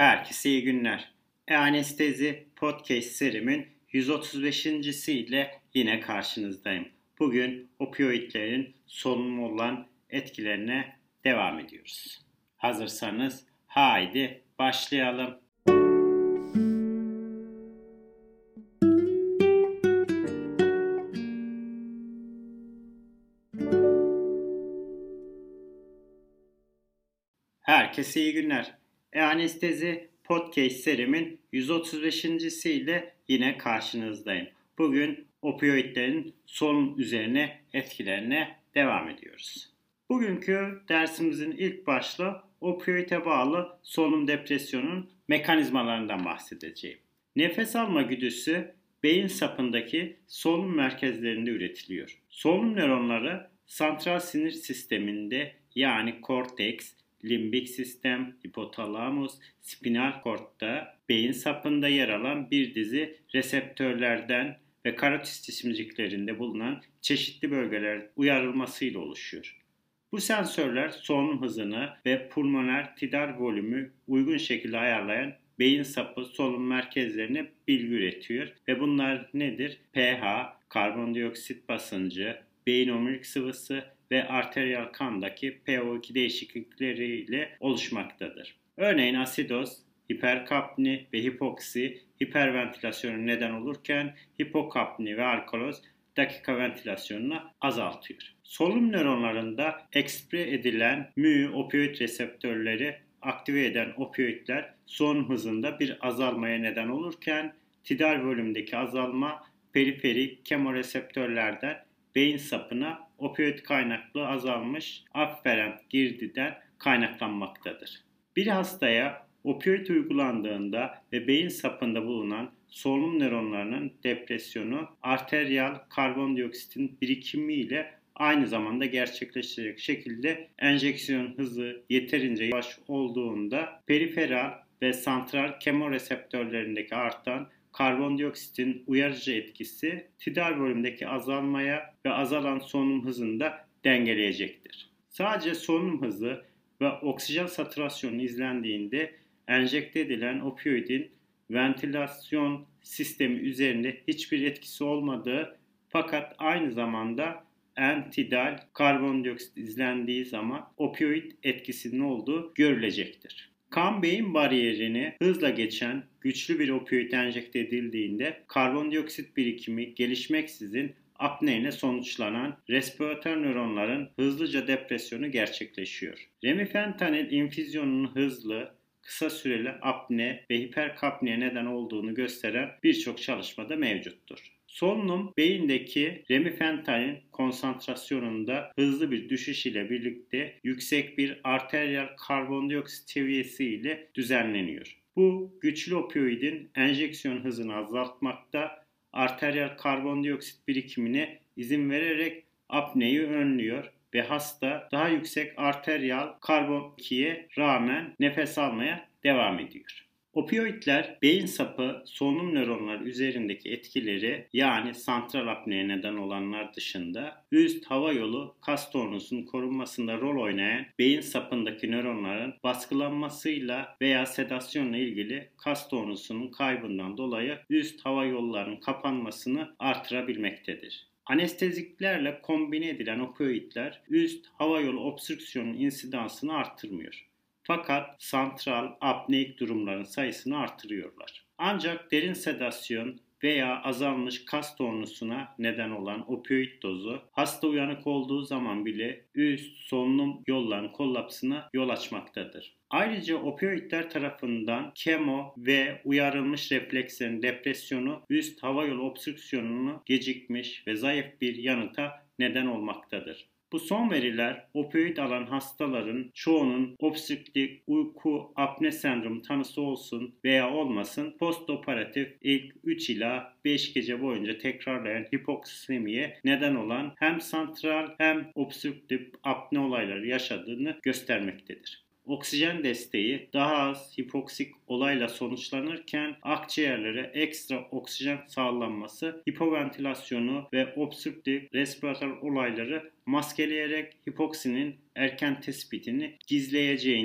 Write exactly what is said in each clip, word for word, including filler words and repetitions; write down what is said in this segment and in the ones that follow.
Herkese iyi günler. E-Anestezi Podcast serimin yüz otuz beşincisi ile yine karşınızdayım. Bugün opioidlerin solunum olan etkilerine devam ediyoruz. Hazırsanız haydi başlayalım. Herkese iyi günler. E-Anestezi Podcast serimin yüz otuz beşincisi ile yine karşınızdayım. Bugün opioidlerin solunum üzerine etkilerine devam ediyoruz. Bugünkü dersimizin ilk başlığı opioide bağlı solunum depresyonunun mekanizmalarından bahsedeceğim. Nefes alma güdüsü beyin sapındaki solunum merkezlerinde üretiliyor. Solunum nöronları santral sinir sisteminde yani korteks, limbik sistem, hipotalamus, spinal kortta, beyin sapında yer alan bir dizi reseptörlerden ve karotis cisimciklerinde bulunan çeşitli bölgeler uyarılmasıyla oluşuyor. Bu sensörler solunum hızını ve pulmoner tidal volümü uygun şekilde ayarlayan beyin sapı solunum merkezlerine bilgi üretiyor ve bunlar nedir? pH, karbondioksit basıncı, beyin omurilik sıvısı ve arteriyel kandaki P O iki değişiklikleriyle oluşmaktadır. Örneğin asidoz, hiperkapni ve hipoksi hiperventilasyona neden olurken hipokapni ve alkaloz dakika ventilasyonunu azaltıyor. Solunum nöronlarında ekspre edilen mü opioid reseptörleri aktive eden opioidler solunum hızında bir azalmaya neden olurken tidal volümdeki azalma periferik kemoreseptörlerden beyin sapına opioid kaynaklı azalmış afferent girdiden kaynaklanmaktadır. Bir hastaya opioid uygulandığında ve beyin sapında bulunan solunum nöronlarının depresyonu arteriyel karbondioksitin birikimi ile aynı zamanda gerçekleşecek şekilde enjeksiyon hızı yeterince yavaş olduğunda periferal ve santral kemoreseptörlerindeki artan karbondioksitin uyarıcı etkisi tidal volümdeki azalmaya ve azalan solunum hızını da dengeleyecektir. Sadece solunum hızı ve oksijen satürasyonu izlendiğinde enjekte edilen opioidin ventilasyon sistemi üzerinde hiçbir etkisi olmadığı fakat aynı zamanda en-tidal karbondioksit izlendiği zaman opioid etkisinin olduğu görülecektir. Kan-beyin bariyerini hızla geçen güçlü bir opioid enjekte edildiğinde karbondioksit birikimi gelişmeksizin apne ile sonuçlanan respiratör nöronların hızlıca depresyonu gerçekleşiyor. Remifentanil infüzyonunun hızlı, kısa süreli apne ve hiperkapniye neden olduğunu gösteren birçok çalışmada mevcuttur. Solunum beyindeki remifentanil konsantrasyonunda hızlı bir düşüş ile birlikte yüksek bir arteriyel karbondioksit seviyesi ile düzenleniyor. Bu güçlü opioidin enjeksiyon hızını azaltmakta, arteriyel karbondioksit birikimine izin vererek apneyi önlüyor ve hasta daha yüksek arteriyel karbon ikiye rağmen nefes almaya devam ediyor. Opioidler beyin sapı solunum nöronları üzerindeki etkileri yani santral apneye neden olanlar dışında üst hava yolu kas tonusunun korunmasında rol oynayan beyin sapındaki nöronların baskılanmasıyla veya sedasyonla ilgili kas tonusunun kaybından dolayı üst hava yollarının kapanmasını artırabilmektedir. Anesteziklerle kombine edilen opioidler üst hava yolu obstrüksiyonun insidansını artırmıyor. Fakat santral apneik durumların sayısını artırıyorlar. Ancak derin sedasyon veya azalmış kas tonusuna neden olan opioid dozu hasta uyanık olduğu zaman bile üst solunum yollarının kollapsına yol açmaktadır. Ayrıca opioidler tarafından kemo ve uyarılmış reflekslerin depresyonu üst hava yolu obstrüksiyonunu gecikmiş ve zayıf bir yanıta neden olmaktadır. Bu son veriler opioid alan hastaların çoğunun obstrüktif uyku apne sendromu tanısı olsun veya olmasın postoperatif ilk üç ila beş gece boyunca tekrarlayan hipoksemiye neden olan hem santral hem obstrüktif apne olayları yaşadığını göstermektedir. Oksijen desteği daha az hipoksik olayla sonuçlanırken akciğerlere ekstra oksijen sağlanması hipoventilasyonu ve obstrüktif respiratör olayları maskeleyerek hipoksinin erken tespitini gizleyeceğinden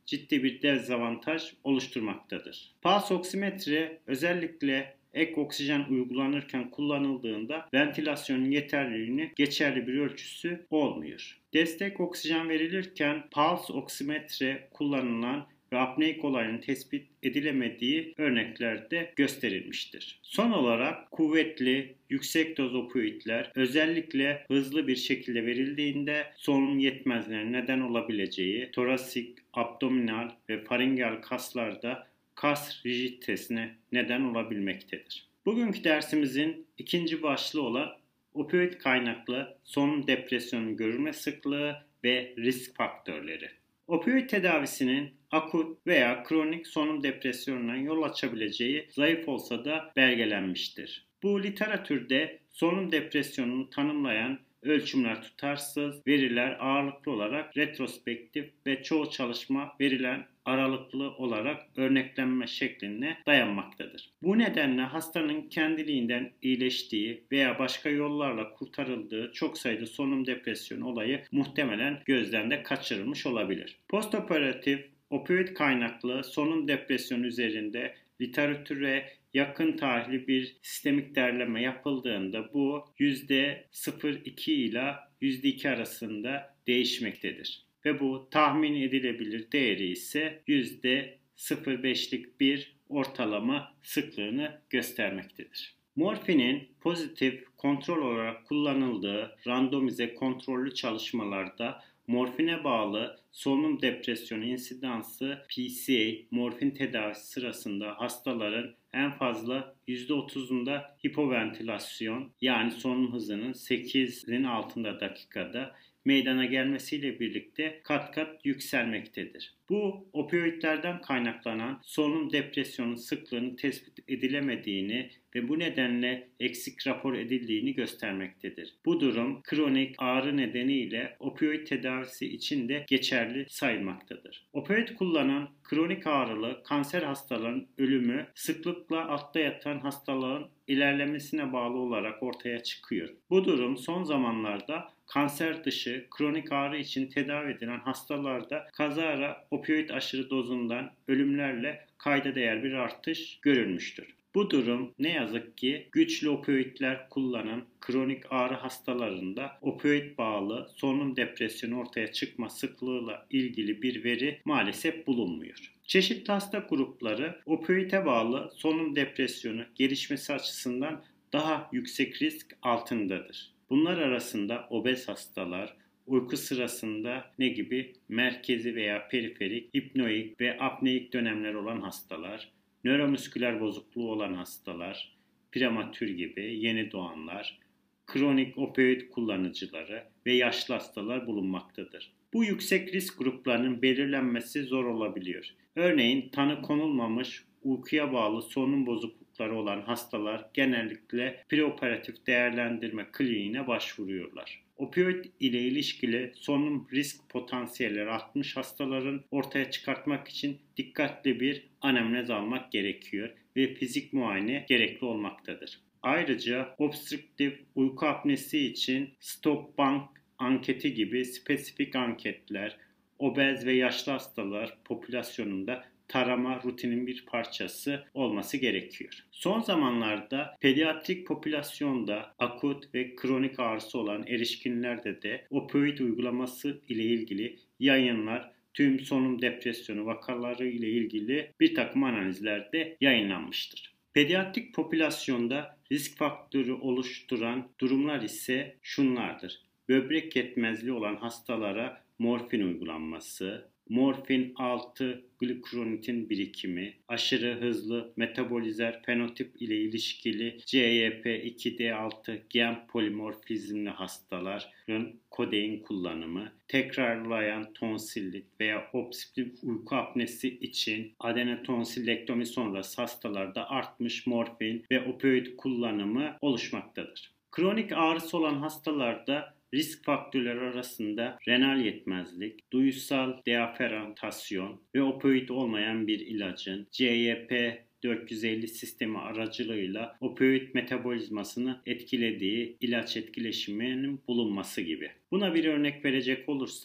ciddi bir dezavantaj oluşturmaktadır. Pulse oksimetre özellikle ek oksijen uygulanırken kullanıldığında ventilasyonun yeterliliğini geçerli bir ölçüsü olmuyor. Destek oksijen verilirken pulse oksimetre kullanılan ve apneik olayının tespit edilemediği örneklerde gösterilmiştir. Son olarak kuvvetli, yüksek doz opioidler özellikle hızlı bir şekilde verildiğinde solunum yetmezliğine neden olabileceği torasik, abdominal ve faringeal kaslarda kas rigiditesine neden olabilmektedir. Bugünkü dersimizin ikinci başlığı olan opioid kaynaklı solunum depresyonunun görülme sıklığı ve risk faktörleri. Opioid tedavisinin akut veya kronik solunum depresyonuna yol açabileceği zayıf olsa da belgelenmiştir. Bu literatürde solunum depresyonunu tanımlayan ölçümler tutarsız, veriler ağırlıklı olarak retrospektif ve çoğu çalışma verilen aralıklı olarak örneklenme şekline dayanmaktadır. Bu nedenle hastanın kendiliğinden iyileştiği veya başka yollarla kurtarıldığı çok sayıda solunum depresyonu olayı muhtemelen gözden de kaçırılmış olabilir. Postoperatif opioid kaynaklı solunum depresyonu üzerinde literatüre yakın tarihli bir sistemik derleme yapıldığında bu yüzde sıfır virgül iki ile yüzde iki arasında değişmektedir. Ve bu tahmin edilebilir değeri ise yüzde sıfır virgül beşlik bir ortalama sıklığını göstermektedir. Morfinin pozitif kontrol olarak kullanıldığı randomize kontrollü çalışmalarda morfine bağlı solunum depresyonu insidansı P C A morfin tedavisi sırasında hastaların en fazla yüzde otuzunda hipoventilasyon yani solunum hızının sekizin altında dakikada meydana gelmesiyle birlikte kat kat yükselmektedir. Bu opioidlerden kaynaklanan solunum depresyonu sıklığının tespit edilemediğini ve bu nedenle eksik rapor edildiğini göstermektedir. Bu durum kronik ağrı nedeniyle opioid tedavisi için de geçerli sayılmaktadır. Opioid kullanan kronik ağrılı kanser hastaların ölümü sıklıkla altta yatan hastalığın ilerlemesine bağlı olarak ortaya çıkıyor. Bu durum son zamanlarda kanser dışı kronik ağrı için tedavi edilen hastalarda kazara opioid aşırı dozundan ölümlerle kayda değer bir artış görülmüştür. Bu durum ne yazık ki güçlü opioidler kullanan kronik ağrı hastalarında opioid bağlı solunum depresyonu ortaya çıkma sıklığıyla ilgili bir veri maalesef bulunmuyor. Çeşitli hasta grupları opioide bağlı solunum depresyonu gelişmesi açısından daha yüksek risk altındadır. Bunlar arasında obez hastalar, uyku sırasında ne gibi merkezi veya periferik, hipnoik ve apneik dönemler olan hastalar, nöromüsküler bozukluğu olan hastalar, prematür gibi yeni doğanlar, kronik opioid kullanıcıları ve yaşlı hastalar bulunmaktadır. Bu yüksek risk gruplarının belirlenmesi zor olabiliyor. Örneğin tanı konulmamış uykuya bağlı solunum bozuklukları olan hastalar genellikle preoperatif değerlendirme kliniğine başvuruyorlar. Opioid ile ilişkili solunum risk potansiyelleri artmış hastaların ortaya çıkartmak için dikkatli bir anamnez almak gerekiyor ve fizik muayene gerekli olmaktadır. Ayrıca obstrüktif uyku apnesi için stop bank anketi gibi spesifik anketler obez ve yaşlı hastalar popülasyonunda tarama rutinin bir parçası olması gerekiyor. Son zamanlarda pediatrik popülasyonda akut ve kronik ağrısı olan erişkinlerde de opioid uygulaması ile ilgili yayınlar tüm solunum depresyonu vakaları ile ilgili bir takım analizlerde yayınlanmıştır. Pediatrik popülasyonda risk faktörü oluşturan durumlar ise şunlardır. Böbrek yetmezliği olan hastalara morfin uygulanması, morfin altı glukuronitin birikimi, aşırı hızlı metabolizer fenotip ile ilişkili C Y P iki D altı gen polimorfizmli hastaların kodein kullanımı, tekrarlayan tonsillit veya obstrüktif uyku apnesi için adenotonsillektomi sonrası hastalarda artmış morfin ve opioid kullanımı oluşmaktadır. Kronik ağrısı olan hastalarda risk faktörleri arasında renal yetmezlik, duyusal deaferantasyon ve opioid olmayan bir ilacın C Y P dört yüz elli sistemi aracılığıyla opioid metabolizmasını etkilediği ilaç etkileşiminin bulunması gibi. Buna bir örnek verecek olursak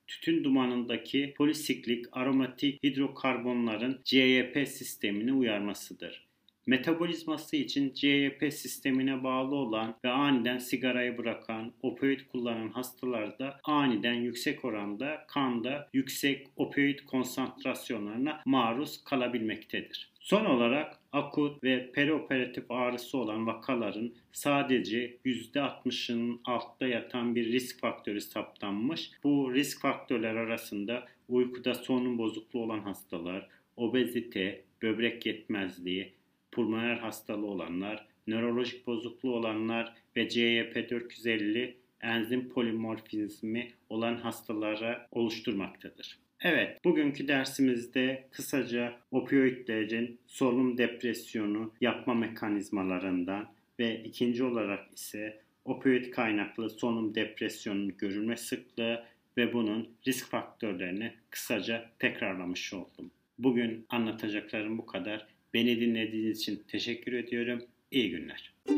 tütün dumanındaki polisiklik aromatik hidrokarbonların C Y P sistemine uyarmasıdır. Metabolizması için C Y P sistemine bağlı olan ve aniden sigarayı bırakan, opioid kullanan hastalarda aniden yüksek oranda kanda yüksek opioid konsantrasyonlarına maruz kalabilmektedir. Son olarak akut ve perioperatif ağrısı olan vakaların sadece yüzde altmışının altta yatan bir risk faktörü saptanmış. Bu risk faktörler arasında uykuda solunum bozukluğu olan hastalar, obezite, böbrek yetmezliği, pulmoner hastalığı olanlar, nörolojik bozukluğu olanlar ve C Y P dört yüz elli enzim polimorfizmi olan hastalara oluşturmaktadır. Evet, bugünkü dersimizde kısaca opioidlerin solunum depresyonu yapma mekanizmalarından ve ikinci olarak ise opioid kaynaklı solunum depresyonunun görülme sıklığı ve bunun risk faktörlerini kısaca tekrarlamış oldum. Bugün anlatacaklarım bu kadar. Beni dinlediğiniz için teşekkür ediyorum. İyi günler.